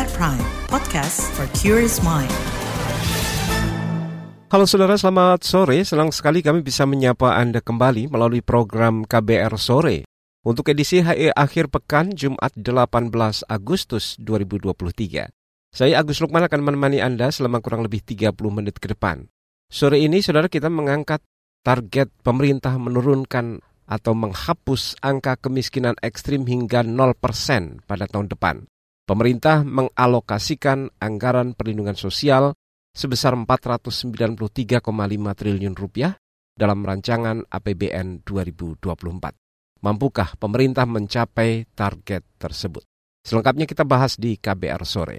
KBR Prime, podcast for curious mind. Halo saudara, selamat sore. Senang sekali kami bisa menyapa Anda kembali melalui program KBR Sore untuk edisi HE akhir pekan Jumat 18 Agustus 2023. Saya Agus Lukman akan menemani Anda selama kurang lebih 30 menit ke depan. Sore ini saudara, kita mengangkat target pemerintah menurunkan atau menghapus angka kemiskinan ekstrim hingga 0% pada tahun depan. Pemerintah mengalokasikan anggaran perlindungan sosial sebesar 493,5 triliun rupiah dalam rancangan APBN 2024. Mampukah pemerintah mencapai target tersebut? Selengkapnya kita bahas di KBR Sore.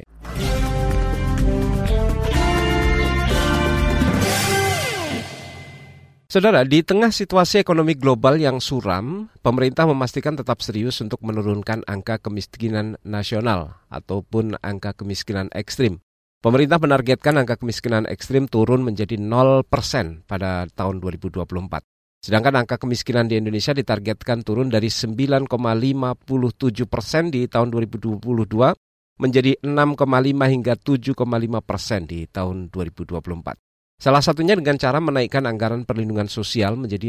Saudara, di tengah situasi ekonomi global yang suram, pemerintah memastikan tetap serius untuk menurunkan angka kemiskinan nasional ataupun angka kemiskinan ekstrim. Pemerintah menargetkan angka kemiskinan ekstrim turun menjadi 0% pada tahun 2024. Sedangkan angka kemiskinan di Indonesia ditargetkan turun dari 9,57% di tahun 2022 menjadi 6,5 hingga 7,5% di tahun 2024. Salah satunya dengan cara menaikkan anggaran perlindungan sosial menjadi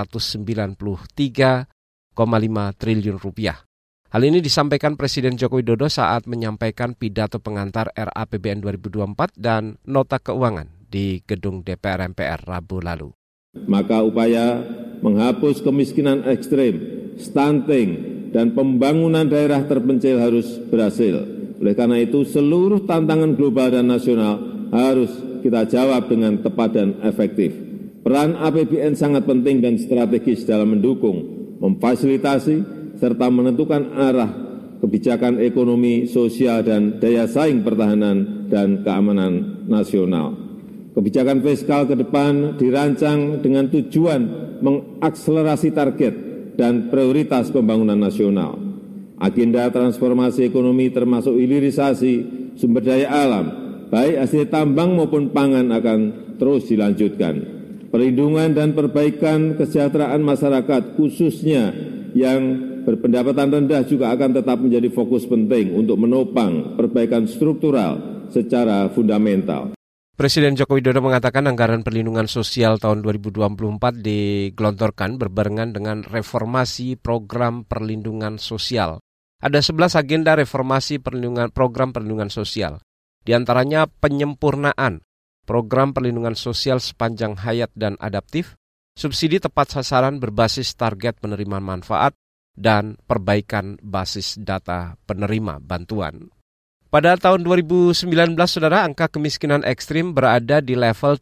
493,5 triliun rupiah. Hal ini disampaikan Presiden Joko Widodo saat menyampaikan pidato pengantar RAPBN 2024 dan nota keuangan di gedung DPR MPR Rabu lalu. Maka upaya menghapus kemiskinan ekstrim, stunting, dan pembangunan daerah terpencil harus berhasil. Oleh karena itu, seluruh tantangan global dan nasional harus kita jawab dengan tepat dan efektif. Peran APBN sangat penting dan strategis dalam mendukung, memfasilitasi, serta menentukan arah kebijakan ekonomi, sosial, dan daya saing pertahanan dan keamanan nasional. Kebijakan fiskal ke depan dirancang dengan tujuan mengakselerasi target dan prioritas pembangunan nasional. Agenda transformasi ekonomi termasuk hilirisasi sumber daya alam, baik hasil tambang maupun pangan akan terus dilanjutkan. Perlindungan dan perbaikan kesejahteraan masyarakat khususnya yang berpendapatan rendah juga akan tetap menjadi fokus penting untuk menopang perbaikan struktural secara fundamental. Presiden Joko Widodo mengatakan anggaran perlindungan sosial tahun 2024 digelontorkan berbarengan dengan reformasi program perlindungan sosial. Ada 11 agenda reformasi program perlindungan sosial. Di antaranya penyempurnaan program perlindungan sosial sepanjang hayat dan adaptif, subsidi tepat sasaran berbasis target penerima manfaat, dan perbaikan basis data penerima bantuan. Pada tahun 2019, saudara, angka kemiskinan ekstrim berada di level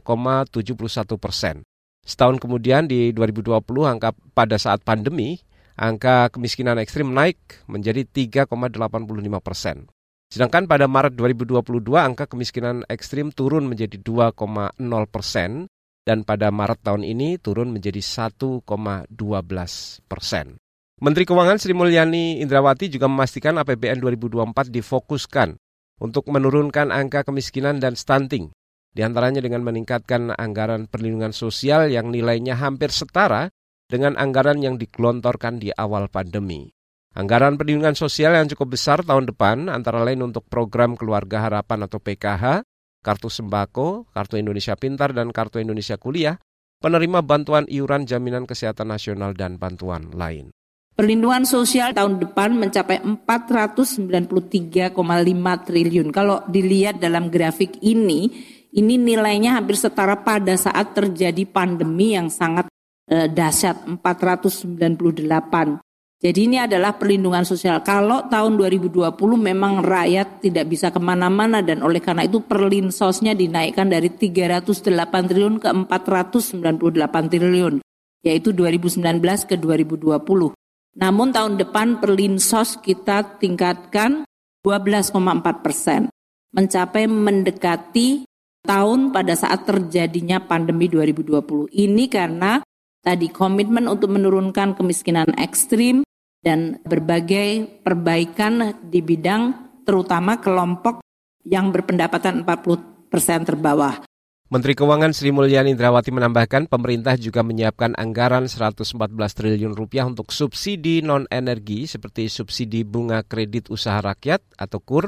3,71%. Setahun kemudian di 2020, pada saat pandemi, angka kemiskinan ekstrim naik menjadi 3,85%. Sedangkan pada Maret 2022, angka kemiskinan ekstrim turun menjadi 2,0%, dan pada Maret tahun ini turun menjadi 1,12%. Menteri Keuangan Sri Mulyani Indrawati juga memastikan APBN 2024 difokuskan untuk menurunkan angka kemiskinan dan stunting, di antaranya dengan meningkatkan anggaran perlindungan sosial yang nilainya hampir setara dengan anggaran yang digelontorkan di awal pandemi. Anggaran perlindungan sosial yang cukup besar tahun depan antara lain untuk program Keluarga Harapan atau PKH, Kartu Sembako, Kartu Indonesia Pintar, dan Kartu Indonesia Kuliah, penerima bantuan iuran jaminan kesehatan nasional, dan bantuan lain. Perlindungan sosial tahun depan mencapai 493,5 triliun. Kalau dilihat dalam grafik ini nilainya hampir setara pada saat terjadi pandemi yang sangat dahsyat, 498. Jadi ini adalah perlindungan sosial. Kalau tahun 2020 memang rakyat tidak bisa kemana-mana dan oleh karena itu perlinsosnya dinaikkan dari 308 triliun ke 498 triliun, yaitu 2019 ke 2020. Namun tahun depan perlinsos kita tingkatkan 12,4%, mencapai mendekati tahun pada saat terjadinya pandemi 2020. Ini karena tadi komitmen untuk menurunkan kemiskinan ekstrim dan berbagai perbaikan di bidang terutama kelompok yang berpendapatan 40% terbawah. Menteri Keuangan Sri Mulyani Indrawati menambahkan pemerintah juga menyiapkan anggaran 114 triliun rupiah untuk subsidi non-energi seperti subsidi bunga kredit usaha rakyat atau KUR,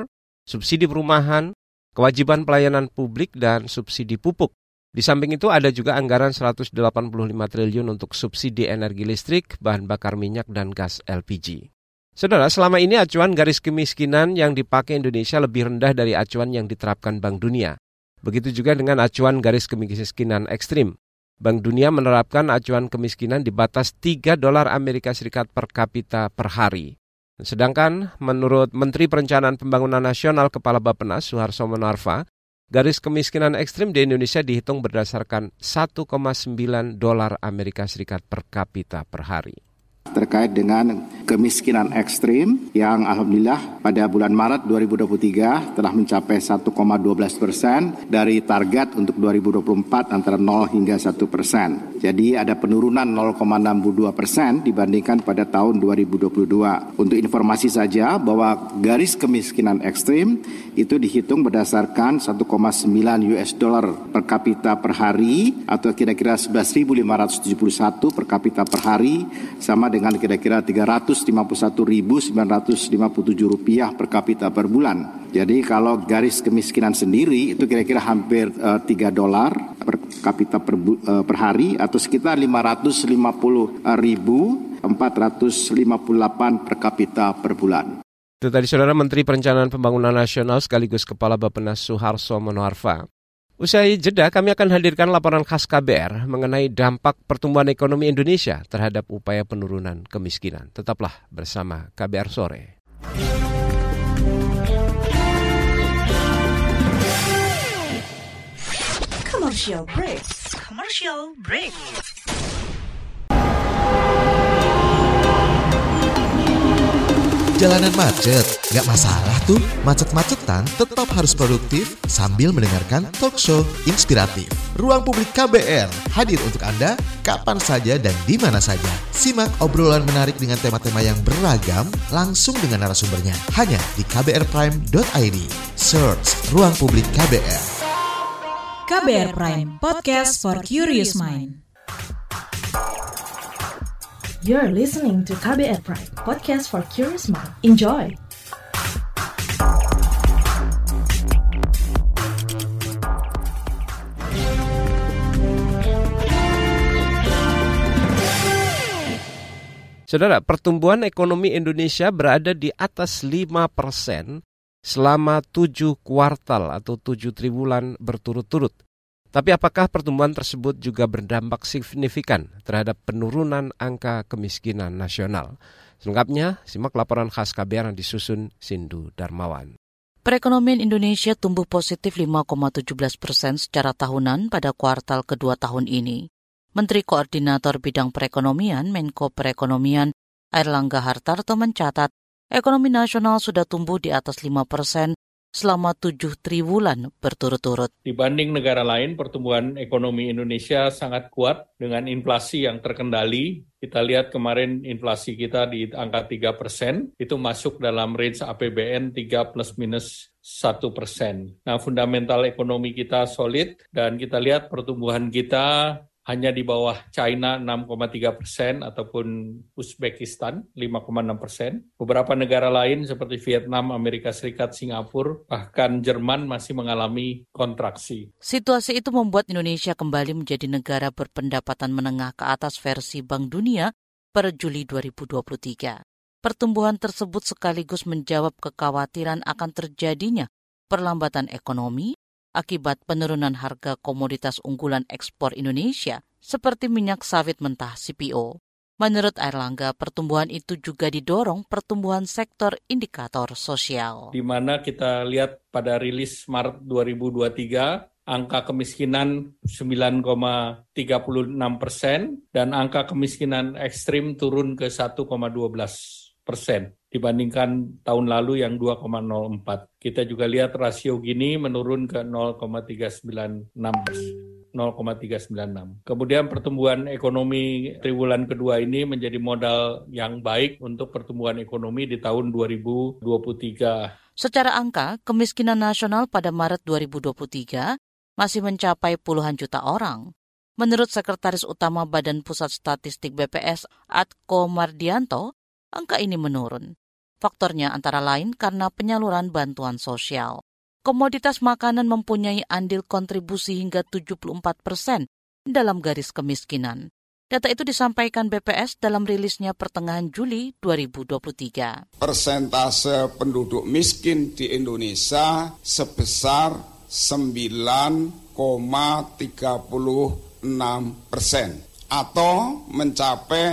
subsidi perumahan, kewajiban pelayanan publik, dan subsidi pupuk. Di samping itu ada juga anggaran 185 triliun untuk subsidi energi listrik, bahan bakar minyak, dan gas LPG. Saudara, selama ini acuan garis kemiskinan yang dipakai Indonesia lebih rendah dari acuan yang diterapkan Bank Dunia. Begitu juga dengan acuan garis kemiskinan ekstrim. Bank Dunia menerapkan acuan kemiskinan di batas $3 Amerika Serikat per kapita per hari. Sedangkan menurut Menteri Perencanaan Pembangunan Nasional Kepala Bappenas Suharso Monoarfa, garis kemiskinan ekstrim di Indonesia dihitung berdasarkan $1,9 Amerika Serikat per kapita per hari. Terkait dengan kemiskinan ekstrim yang alhamdulillah pada bulan Maret 2023 telah mencapai 1,12% dari target untuk 2024 antara 0 hingga 1%. Jadi ada penurunan 0,62% dibandingkan pada tahun 2022. Untuk informasi saja bahwa garis kemiskinan ekstrim itu dihitung berdasarkan $1,9 per kapita per hari atau kira-kira 11.571 per kapita per hari sama dengan kira-kira Rp351.957 per kapita per bulan. Jadi kalau garis kemiskinan sendiri itu kira-kira hampir $3 per kapita per hari atau sekitar 550.458 per kapita per bulan. Itu tadi Saudara Menteri Perencanaan Pembangunan Nasional sekaligus Kepala Bappenas Suharso Monoarfa. Usai jeda, kami akan hadirkan laporan khas KBR mengenai dampak pertumbuhan ekonomi Indonesia terhadap upaya penurunan kemiskinan. Tetaplah bersama KBR Sore. Commercial break. Commercial break. Jalanan macet, gak masalah tuh. Macet-macetan tetap harus produktif sambil mendengarkan talk show inspiratif. Ruang Publik KBR hadir untuk Anda kapan saja dan di mana saja. Simak obrolan menarik dengan tema-tema yang beragam langsung dengan narasumbernya. Hanya di kbrprime.id. Search Ruang Publik KBR. KBR Prime, podcast for curious mind. You're listening to KBR Prime, podcast for curious mind. Enjoy! Saudara, pertumbuhan ekonomi Indonesia berada di atas 5% selama 7 kuartal atau 7 triwulan berturut-turut. Tapi apakah pertumbuhan tersebut juga berdampak signifikan terhadap penurunan angka kemiskinan nasional? Selengkapnya, simak laporan khas KBR yang disusun Sindu Darmawan. Perekonomian Indonesia tumbuh positif 5,17% secara tahunan pada kuartal kedua tahun ini. Menteri Koordinator Bidang Perekonomian, Menko Perekonomian, Airlangga Hartarto mencatat, ekonomi nasional sudah tumbuh di atas 5% selama 7 triwulan berturut-turut. Dibanding negara lain, pertumbuhan ekonomi Indonesia sangat kuat dengan inflasi yang terkendali. Kita lihat kemarin inflasi kita di angka 3%, itu masuk dalam range APBN 3 plus minus 1%. Nah, fundamental ekonomi kita solid dan kita lihat pertumbuhan kita hanya di bawah China 6,3% ataupun Uzbekistan 5,6%. Beberapa negara lain seperti Vietnam, Amerika Serikat, Singapura, bahkan Jerman masih mengalami kontraksi. Situasi itu membuat Indonesia kembali menjadi negara berpendapatan menengah ke atas versi Bank Dunia per Juli 2023. Pertumbuhan tersebut sekaligus menjawab kekhawatiran akan terjadinya perlambatan ekonomi akibat penurunan harga komoditas unggulan ekspor Indonesia seperti minyak sawit mentah CPO. Menurut Airlangga, pertumbuhan itu juga didorong pertumbuhan sektor indikator sosial. Di mana kita lihat pada rilis Maret 2023, angka kemiskinan 9,36% dan angka kemiskinan ekstrim turun ke 1,12% dibandingkan tahun lalu yang 2,04. Kita juga lihat rasio Gini menurun ke 0,396. Kemudian pertumbuhan ekonomi triwulan kedua ini menjadi modal yang baik untuk pertumbuhan ekonomi di tahun 2023. Secara angka, kemiskinan nasional pada Maret 2023 masih mencapai puluhan juta orang. Menurut Sekretaris Utama Badan Pusat Statistik BPS, Atko Mardianto, angka ini menurun. Faktornya antara lain karena penyaluran bantuan sosial. Komoditas makanan mempunyai andil kontribusi hingga 74% dalam garis kemiskinan. Data itu disampaikan BPS dalam rilisnya pertengahan Juli 2023. Persentase penduduk miskin di Indonesia sebesar 9,36% atau mencapai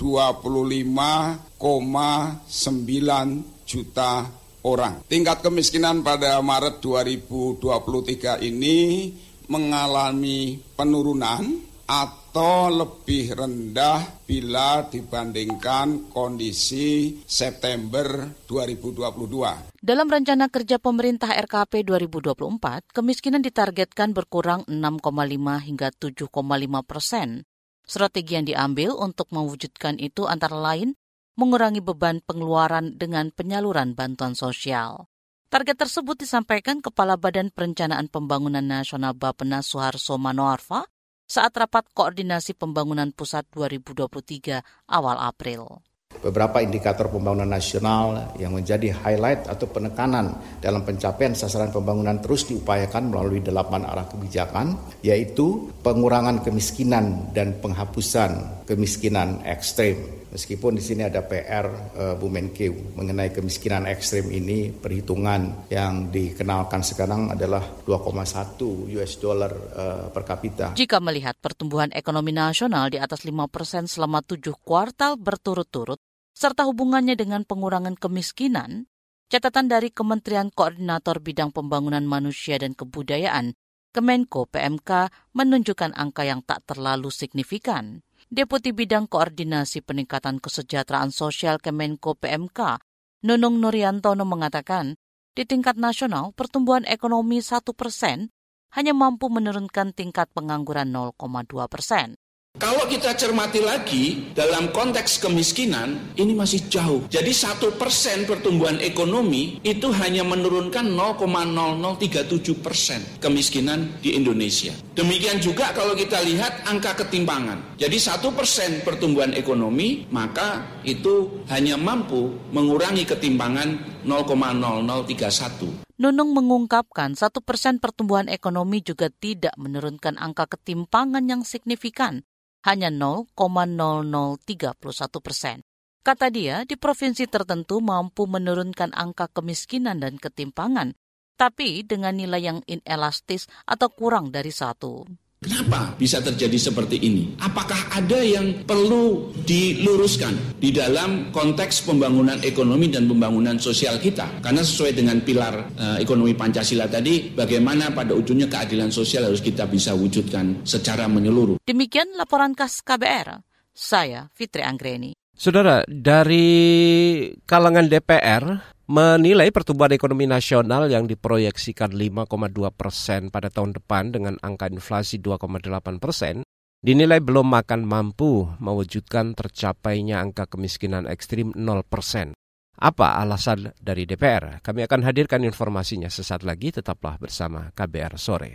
25,9 juta orang. Tingkat kemiskinan pada Maret 2023 ini mengalami penurunan atau lebih rendah bila dibandingkan kondisi September 2022. Dalam rencana kerja pemerintah RKP 2024, kemiskinan ditargetkan berkurang 6,5 hingga 7,5%. Strategi yang diambil untuk mewujudkan itu antara lain mengurangi beban pengeluaran dengan penyaluran bantuan sosial. Target tersebut disampaikan Kepala Badan Perencanaan Pembangunan Nasional Bappenas Suharso Manoarfa saat rapat koordinasi pembangunan pusat 2023 awal April. Beberapa indikator pembangunan nasional yang menjadi highlight atau penekanan dalam pencapaian sasaran pembangunan terus diupayakan melalui 8 arah kebijakan, yaitu pengurangan kemiskinan dan penghapusan kemiskinan ekstrem. Meskipun di sini ada PR Bu Menkeu mengenai kemiskinan ekstrem ini, perhitungan yang dikenalkan sekarang adalah $2,1 per kapita. Jika melihat pertumbuhan ekonomi nasional di atas 5% selama 7 kuartal berturut-turut, serta hubungannya dengan pengurangan kemiskinan, catatan dari Kementerian Koordinator Bidang Pembangunan Manusia dan Kebudayaan, Kemenko PMK, menunjukkan angka yang tak terlalu signifikan. Deputi Bidang Koordinasi Peningkatan Kesejahteraan Sosial Kemenko PMK, Nunung Nuryantono mengatakan, di tingkat nasional pertumbuhan ekonomi 1% hanya mampu menurunkan tingkat pengangguran 0,2%. Kalau kita cermati lagi dalam konteks kemiskinan, ini masih jauh. Jadi 1% pertumbuhan ekonomi itu hanya menurunkan 0,0037% kemiskinan di Indonesia. Demikian juga kalau kita lihat angka ketimpangan. Jadi 1% pertumbuhan ekonomi, maka itu hanya mampu mengurangi ketimpangan 0,0031. Nunung mengungkapkan 1% pertumbuhan ekonomi juga tidak menurunkan angka ketimpangan yang signifikan, hanya 0,0031%. Kata dia, di provinsi tertentu mampu menurunkan angka kemiskinan dan ketimpangan, tapi dengan nilai yang inelastis atau kurang dari 1. Kenapa bisa terjadi seperti ini? Apakah ada yang perlu diluruskan di dalam konteks pembangunan ekonomi dan pembangunan sosial kita? Karena sesuai dengan pilar ekonomi Pancasila tadi, bagaimana pada ujungnya keadilan sosial harus kita bisa wujudkan secara menyeluruh. Demikian laporan khas KBR. Saya Fitri Anggreni. Saudara, dari kalangan DPR menilai pertumbuhan ekonomi nasional yang diproyeksikan 5,2% pada tahun depan dengan angka inflasi 2,8% dinilai belum akan mampu mewujudkan tercapainya angka kemiskinan ekstrim 0%. Apa alasan dari DPR? Kami akan hadirkan informasinya sesaat lagi, tetaplah bersama KBR Sore.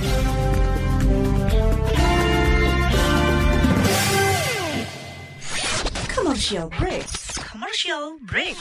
Commercial break. Commercial break.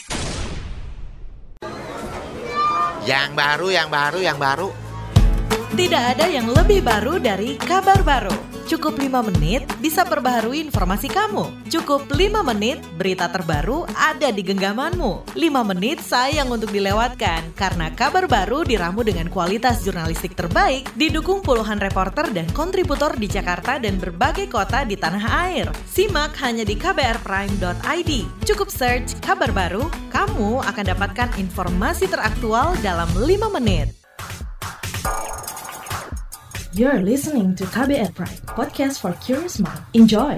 Yang baru. Tidak ada yang lebih baru dari kabar baru. Cukup 5 menit bisa perbaharui informasi kamu. Cukup 5 menit berita terbaru ada di genggamanmu. 5 menit sayang untuk dilewatkan karena kabar baru diramu dengan kualitas jurnalistik terbaik, didukung puluhan reporter dan kontributor di Jakarta dan berbagai kota di tanah air. Simak hanya di kbrprime.id. Cukup search kabar baru, kamu akan dapatkan informasi teraktual dalam 5 menit. You're listening to KBR Prime, podcast for curious mind. Enjoy!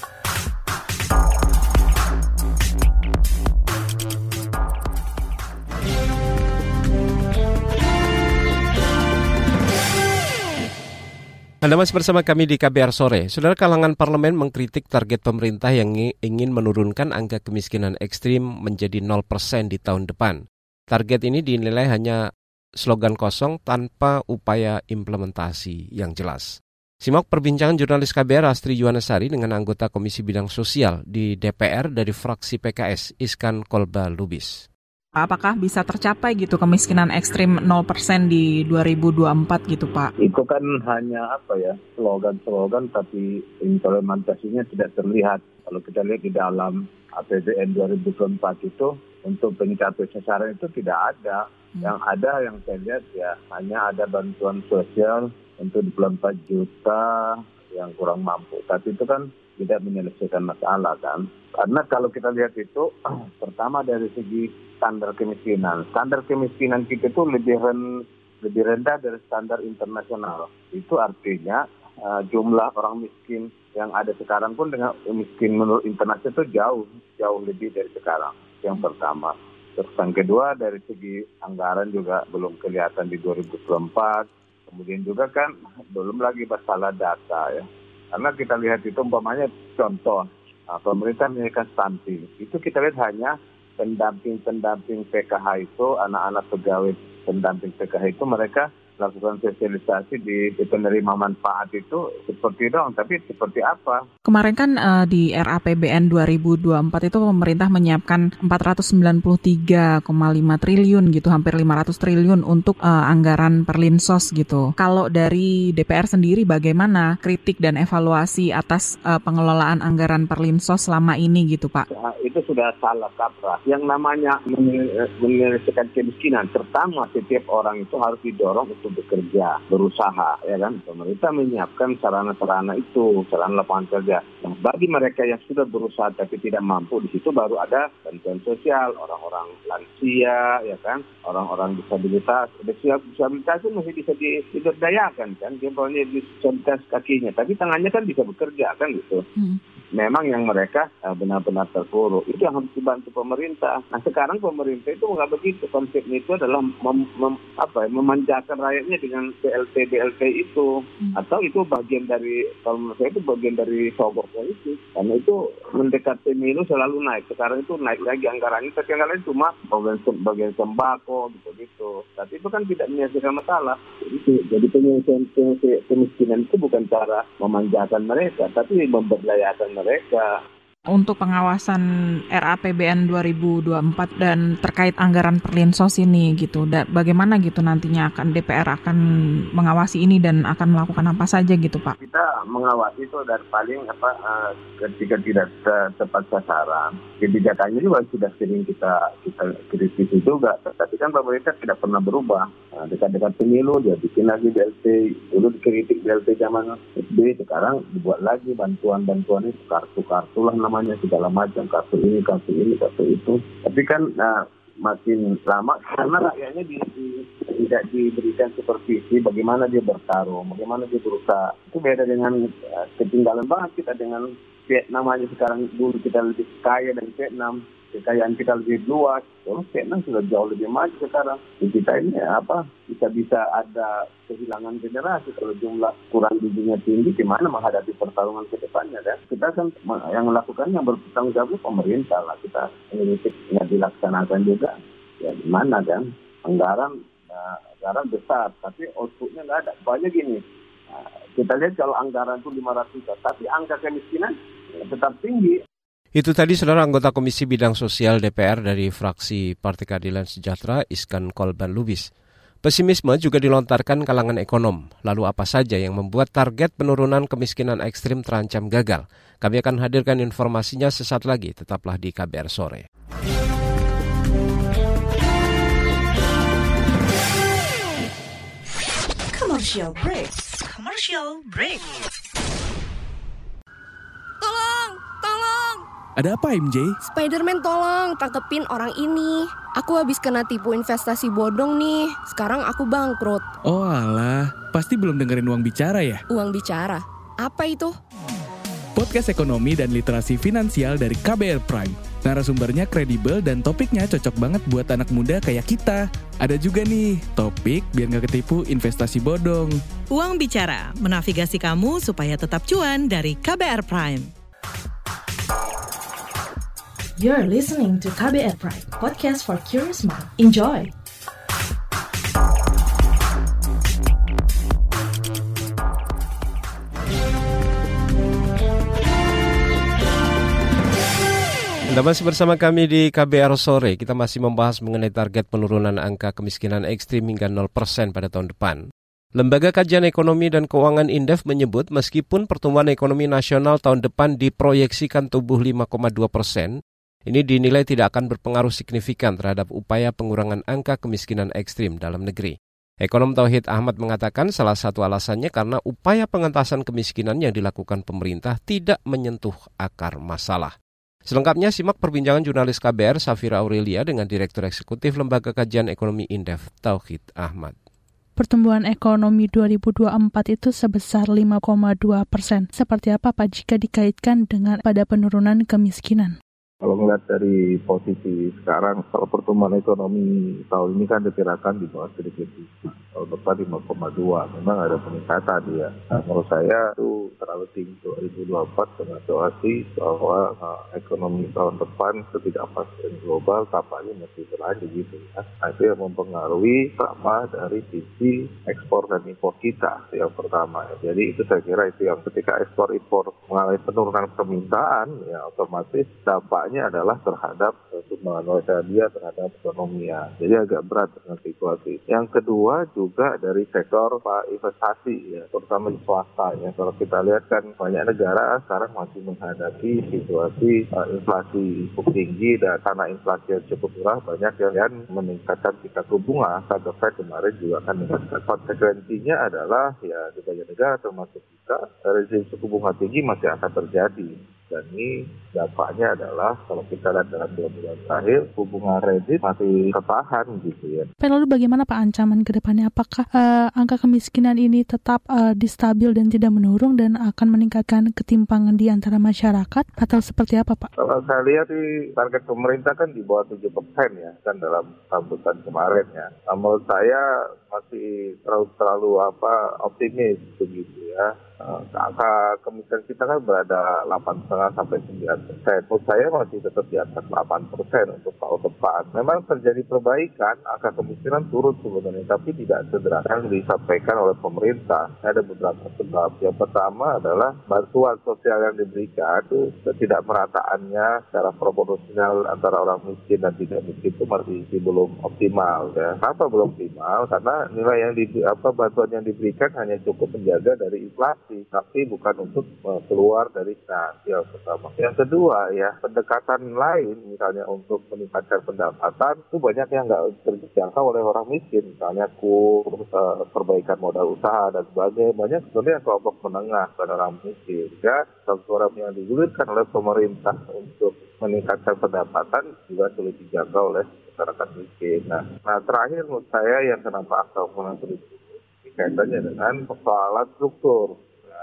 Anda masih bersama kami di KBR Sore. Saudara, kalangan parlemen mengkritik target pemerintah yang ingin menurunkan angka kemiskinan ekstrim menjadi 0% di tahun depan. Target ini dinilai hanya slogan kosong tanpa upaya implementasi yang jelas. Simak perbincangan jurnalis KBR Astri Yuwanasari dengan anggota Komisi Bidang Sosial di DPR dari fraksi PKS, Iskan Kolba Lubis. Apakah bisa tercapai gitu kemiskinan ekstrim 0% di 2024 gitu Pak? Itu kan hanya slogan-slogan tapi implementasinya tidak terlihat. Kalau kita lihat di dalam APBN 2024 itu untuk pencapaian sasaran itu tidak ada. Yang ada yang saya lihat ya hanya ada bantuan sosial untuk 24 juta yang kurang mampu. Tapi itu kan tidak menyelesaikan masalah kan. Karena kalau kita lihat itu pertama dari segi standar kemiskinan. Standar kemiskinan kita itu lebih rendah dari standar internasional. Itu artinya jumlah orang miskin yang ada sekarang pun dengan miskin menurut internasional itu jauh lebih dari sekarang. Yang pertama. Terus yang kedua dari segi anggaran juga belum kelihatan di 2024. Kemudian juga kan belum lagi masalah data ya. Karena kita lihat itu umpamanya contoh pemerintah menyediakan stunting. Itu kita lihat hanya pendamping PKH itu, anak-anak pegawai pendamping PKH itu mereka lakukan sosialisasi di penerima manfaat itu seperti dong, tapi seperti apa? Kemarin kan di RAPBN 2024 itu pemerintah menyiapkan 493,5 triliun gitu, hampir 500 triliun untuk anggaran Perlinsos gitu. Kalau dari DPR sendiri bagaimana kritik dan evaluasi atas pengelolaan anggaran Perlinsos selama ini gitu Pak? Itu sudah salah kaprah. Yang namanya menyelesaikan kemiskinan, pertama setiap orang itu harus didorong untuk bekerja, berusaha, ya kan? Pemerintah menyiapkan sarana-sarana itu, sarana lapangan kerja. Nah, bagi mereka yang sudah berusaha tapi tidak mampu, di situ baru ada bantuan sosial, orang-orang lansia, ya kan? Orang-orang disabilitas. Disabilitas itu masih bisa diberdayakan kan? Dia punya disabilitas kakinya, tapi tangannya kan bisa bekerja kan gitu. Memang yang mereka benar-benar terpuruk. Itu yang harus dibantu pemerintah. Nah sekarang pemerintah itu nggak begitu. Konsepnya itu adalah memanjakan rakyatnya dengan BLT itu. Atau itu bagian dari, kalau menurut saya itu bagian dari sogoknya itu. Karena itu mendekat pemilu selalu naik. Sekarang itu naik lagi anggarannya. Tapi anggarannya cuma bagian sembako gitu. Tapi itu kan tidak menyelesaikan masalah. Jadi penyelesaian kemiskinan itu bukan cara memanjakan mereka, tapi memberdayakan mereka. Untuk pengawasan RAPBN 2024 dan terkait anggaran Perlinsos ini gitu, bagaimana gitu nantinya DPR akan mengawasi ini dan akan melakukan apa saja gitu Pak? Kita mengawasi itu dari paling ketika tidak tepat sasaran. Kebijakannya juga sudah sering kita kritisi juga, tapi kan pemerintah tidak pernah berubah. Nah, dekat-dekat pemilu dia bikin lagi BLT, dulu dikritik BLT zaman SBY, sekarang dibuat lagi bantuan itu, kartu-kartu lah namanya, segala macam, kartu ini, kartu itu. Tapi kan makin lama karena rakyatnya tidak diberikan supervisi bagaimana dia bertarung, bagaimana dia berusaha. Itu beda dengan ketinggalan banget kita dengan Vietnam aja sekarang. Dulu kita lebih kaya dari Vietnam, kekayaan kita lebih luas. Terus Vietnam sudah jauh lebih maju sekarang. Di kita ini bisa ada kehilangan generasi kalau jumlah kurang gizinya tinggi. Gimana menghadapi pertarungan ke depannya? Dan kita kan yang melakukan yang bertanggung jawab pemerintah lah. Kita kritiknya dilaksanakan juga. Ya gimana kan? Anggaran besar, tapi outputnya nggak ada. Soalnya gini, kita lihat kalau anggaran itu 500 juta, tapi angka kemiskinan tetap tinggi. Itu tadi saudara anggota Komisi Bidang Sosial DPR dari fraksi Partai Keadilan Sejahtera, Iskan Kolba Lubis. Pesimisme juga dilontarkan kalangan ekonom. Lalu apa saja yang membuat target penurunan kemiskinan ekstrim terancam gagal? Kami akan hadirkan informasinya sesaat lagi. Tetaplah di KBR Sore. Commercial break. Tolong! Ada apa, MJ? Spider-Man tolong, tangkepin orang ini. Aku habis kena tipu investasi bodong nih. Sekarang aku bangkrut. Oh alah, pasti belum dengerin Uang Bicara ya? Uang Bicara? Apa itu? Podcast ekonomi dan literasi finansial dari KBR Prime. Narasumbernya kredibel dan topiknya cocok banget buat anak muda kayak kita. Ada juga nih, topik biar gak ketipu investasi bodong. Uang Bicara, menavigasi kamu supaya tetap cuan dari KBR Prime. You're listening to KBR Prime, podcast for curious mind. Enjoy! Anda masih bersama kami di KBR Sore. Kita masih membahas mengenai target penurunan angka kemiskinan ekstrim hingga 0% pada tahun depan. Lembaga Kajian Ekonomi dan Keuangan Indef menyebut meskipun pertumbuhan ekonomi nasional tahun depan diproyeksikan tumbuh 5,2%, ini dinilai tidak akan berpengaruh signifikan terhadap upaya pengurangan angka kemiskinan ekstrim dalam negeri. Ekonom Tauhid Ahmad mengatakan salah satu alasannya karena upaya pengentasan kemiskinan yang dilakukan pemerintah tidak menyentuh akar masalah. Selengkapnya simak perbincangan jurnalis KBR Safira Aurelia dengan Direktur Eksekutif Lembaga Kajian Ekonomi Indef, Tauhid Ahmad. Pertumbuhan ekonomi 2024 itu sebesar 5,2%. Seperti apa Pak jika dikaitkan dengan pada penurunan kemiskinan? Kalau melihat dari posisi sekarang, kalau pertumbuhan ekonomi tahun ini kan diperkirakan di bawah sedikit, tahun depan 5,2, memang ada peningkatan ya. Nah, menurut saya itu terlalu tinggi 2024 dengan situasi bahwa ekonomi tahun depan ketidakpastian global tampaknya masih berlanjut gitu ya. Nah, itu yang mempengaruhi sama dari sisi ekspor dan impor kita yang pertama. Ya. Jadi itu saya kira itu yang ketika ekspor impor mengalami penurunan permintaan, ya otomatis dampaknya adalah terhadap sumbangan dia terhadap ekonominya. Jadi agak berat dengan situasi. Yang kedua juga dari sektor investasi ya, terutama di swasta ya. Kalau kita lihat kan banyak negara sekarang masih menghadapi situasi inflasi cukup tinggi dan karena inflasi yang cukup murah banyak yang meningkatkan tingkat suku bunga. The Fed kemarin juga akan meningkatkan. Konsekuensinya adalah ya di banyak negara termasuk kita rezim suku bunga tinggi masih akan terjadi. Dan ini dampaknya adalah kalau kita lihat dalam 2 bulan terakhir hubungan kredit masih tertahan gitu ya. Lalu bagaimana Pak ancaman ke depannya? Apakah angka kemiskinan ini tetap distabil dan tidak menurun dan akan meningkatkan ketimpangan di antara masyarakat atau seperti apa Pak? Kalau saya lihat di target pemerintah kan di bawah 7% ya kan dalam sambutan kemarin ya. Nah, menurut saya masih terlalu optimis begitu ya. Angka kemiskinan kita kan berada 8,5 sampai 9%. Menurut saya masih tetap di atas 8% untuk tahun depan. Memang terjadi perbaikan, angka kemiskinan turun sebenarnya, tapi tidak sederhana yang disampaikan oleh pemerintah. Ada beberapa sebab. Yang pertama adalah bantuan sosial yang diberikan itu ketidakmerataannya secara proporsional antara orang miskin dan tidak miskin itu masih belum optimal. Ya. Kenapa belum optimal? Karena nilai yang bantuan yang diberikan hanya cukup menjaga dari inflasi, tapi bukan untuk keluar dari yang pertama. Yang kedua ya pendekatan lain misalnya untuk meningkatkan pendapatan itu banyak yang nggak terjangkau oleh orang miskin, misalnya kurs, perbaikan modal usaha dan sebagainya. Banyak sebenarnya kelompok menengah dan orang miskin. Ya program yang digulirkan oleh pemerintah untuk meningkatkan pendapatan juga sulit dijangkau oleh masyarakat miskin. Nah terakhir menurut saya yang kenapa angka penghasilan kaitannya dengan persoalan struktur.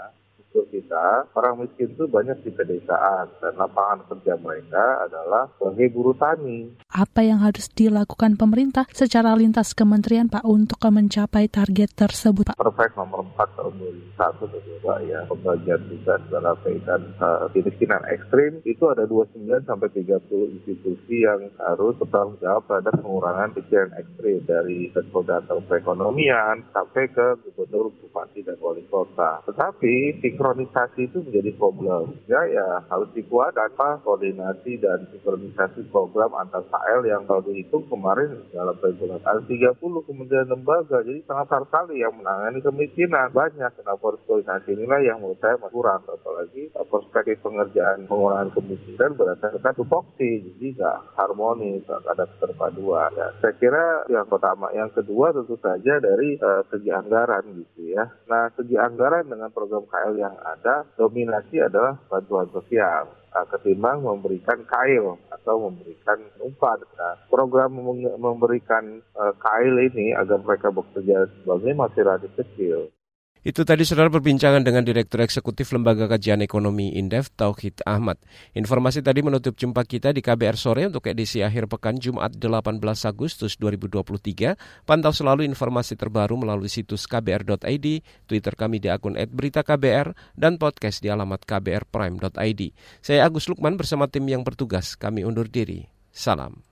Kita, orang miskin itu banyak di pedesaan dan lapangan kerja mereka adalah sebagai buruh tani. Apa yang harus dilakukan pemerintah secara lintas kementerian Pak untuk mencapai target tersebut Pak? Perpres nomor 4 tahun 2001 ya pembagian tugas dalam kaitan kemiskinan ekstrim itu ada 29 sampai 30 institusi yang harus bertanggung jawab terhadap pengurangan kemiskinan ekstrim dari koordinator perekonomian sampai ke gubernur, bupati dan wali kota. Tetapi sinkronisasi itu menjadi problem. Ya harus dikuatkan koordinasi dan sinkronisasi program antar KL yang kalau dihitung kemarin dalam perencanaan ada 30 kementerian lembaga. Jadi sangat besar sekali yang menangani kemiskinan. Banyak kenapa harus koordinasi inilah yang menurut saya masih kurang. Apalagi perspektif pengerjaan pengurangan kemiskinan berdasarkan tupoksi. Jadi nggak harmonis, nggak ada keterpaduan. Ya, saya kira yang pertama. Yang kedua tentu saja dari segi anggaran gitu ya. Nah segi anggaran dengan program KL yang ada dominasi adalah bantuan sosial ketimbang memberikan kail atau memberikan umpan. Nah, program memberikan kail ini agar mereka bekerja sebagai masih relatif kecil. Itu tadi saudara perbincangan dengan Direktur Eksekutif Lembaga Kajian Ekonomi Indef, Tauhid Ahmad. Informasi tadi menutup jumpa kita di KBR Sore untuk edisi akhir pekan Jumat 18 Agustus 2023. Pantau selalu informasi terbaru melalui situs kbr.id, Twitter kami di akun @beritaKBR, dan podcast di alamat kbrprime.id. Saya Agus Lukman bersama tim yang bertugas. Kami undur diri. Salam.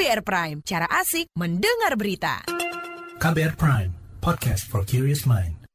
KBR Prime, cara asik mendengar berita. KBR Prime, podcast for curious mind.